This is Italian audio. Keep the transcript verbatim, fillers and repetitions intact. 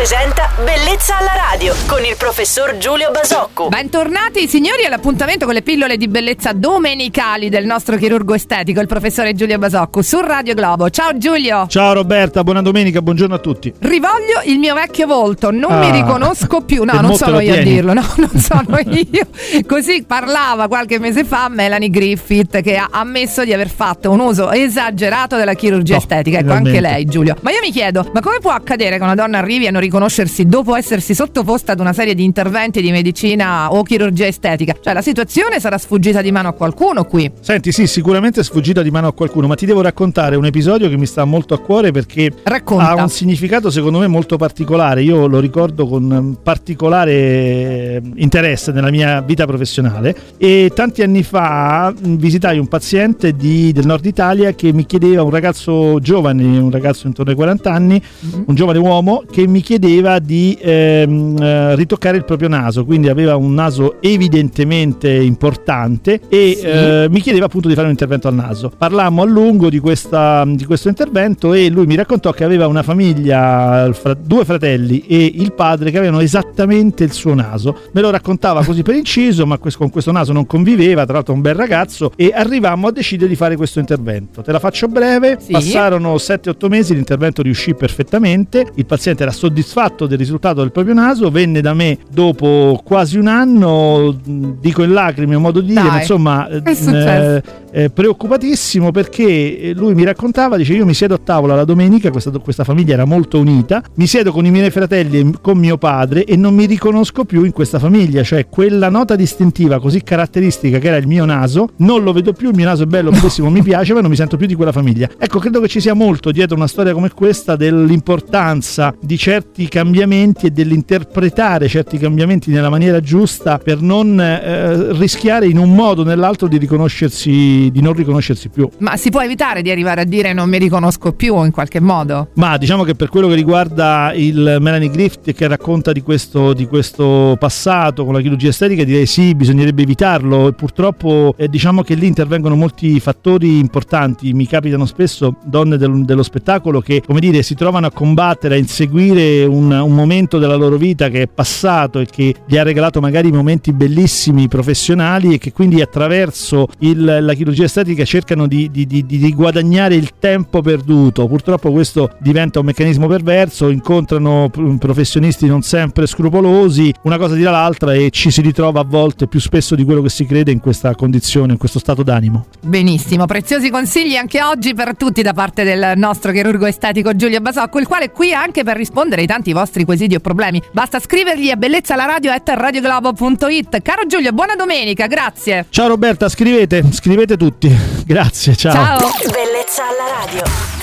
presenta Bellezza alla radio con il professor Giulio Basocco. Bentornati signori all'appuntamento con le pillole di bellezza domenicali del nostro chirurgo estetico, il professore Giulio Basocco, su Radio Globo. Ciao Giulio. Ciao Roberta, buona domenica, buongiorno a tutti. Rivoglio il mio vecchio volto, non ah, mi riconosco più. No, non sono io tieni. a dirlo, no, non sono io. Così parlava qualche mese fa Melanie Griffith, che ha ammesso di aver fatto un uso esagerato della chirurgia no, estetica. Ecco, anche lei, Giulio. Ma io mi chiedo, ma come può accadere che una donna arrivi a non riconoscersi dopo essersi sottoposta ad una serie di interventi di medicina o chirurgia estetica? Cioè, la situazione sarà sfuggita di mano a qualcuno qui. Senti, sì, sicuramente è sfuggita di mano a qualcuno, ma ti devo raccontare un episodio che mi sta molto a cuore perché Racconta. ha un significato secondo me molto particolare. Io lo ricordo con particolare interesse nella mia vita professionale, e tanti anni fa visitai un paziente di, del nord Italia che mi chiedeva, un ragazzo giovane, un ragazzo intorno ai quaranta anni, mm-hmm. un giovane uomo che mi chiedeva di ehm, eh, ritoccare il proprio naso, quindi aveva un naso evidentemente importante e sì. eh, mi chiedeva appunto di fare un intervento al naso. Parlammo a lungo di, questa, di questo intervento e lui mi raccontò che aveva una famiglia, fra, due fratelli e il padre che avevano esattamente il suo naso. Me lo raccontava così per inciso, ma questo, con questo naso non conviveva, tra l'altro un bel ragazzo, e arrivammo a decidere di fare questo intervento. Te la faccio breve, sì. Passarono sette otto mesi, l'intervento riuscì perfettamente, il paziente era soddisfatto del risultato del proprio naso, venne da me dopo quasi un anno, dico in lacrime, a modo di dire, ma insomma eh, eh, preoccupatissimo, perché lui mi raccontava, dice: io mi siedo a tavola la domenica, questa, questa famiglia era molto unita, mi siedo con i miei fratelli e con mio padre e non mi riconosco più in questa famiglia, cioè quella nota distintiva così caratteristica che era il mio naso, non lo vedo più, il mio naso è bello, bellissimo, mi piace, ma non mi sento più di quella famiglia. Ecco, credo che ci sia molto dietro una storia come questa dell'importanza di certi cambiamenti e dell'interpretare certi cambiamenti nella maniera giusta per non eh, rischiare in un modo o nell'altro di riconoscersi, di non riconoscersi più. Ma si può evitare di arrivare a dire non mi riconosco più in qualche modo? Ma diciamo che per quello che riguarda il Melanie Griffith, che racconta di questo, di questo passato con la chirurgia estetica, direi sì, bisognerebbe evitarlo, e purtroppo eh, diciamo che lì intervengono molti fattori importanti. Mi capitano spesso donne del, dello spettacolo che, come dire, si trovano a combattere, a inseguire un, un momento della loro vita che è passato e che gli ha regalato magari momenti bellissimi professionali, e che quindi attraverso il, la chirurgia estetica cercano di, di, di, di guadagnare il tempo perduto. Purtroppo questo diventa un meccanismo perverso, incontrano professionisti non sempre scrupolosi, una cosa tira l'altra e ci si ritrova a volte più spesso di quello che si crede in questa condizione, in questo stato d'animo. Benissimo, preziosi consigli anche oggi per tutti da parte del nostro chirurgo estetico Giulio Basocco, il quale è qui anche per rispondere ai tanti vostri quesiti o problemi. Basta scrivergli a bellezzalaradio at radioglobo punto it. Caro Giulio, buona domenica, grazie. Ciao Roberta, scrivete, scrivete tutti. Grazie, ciao. Ciao. Bellezza alla radio.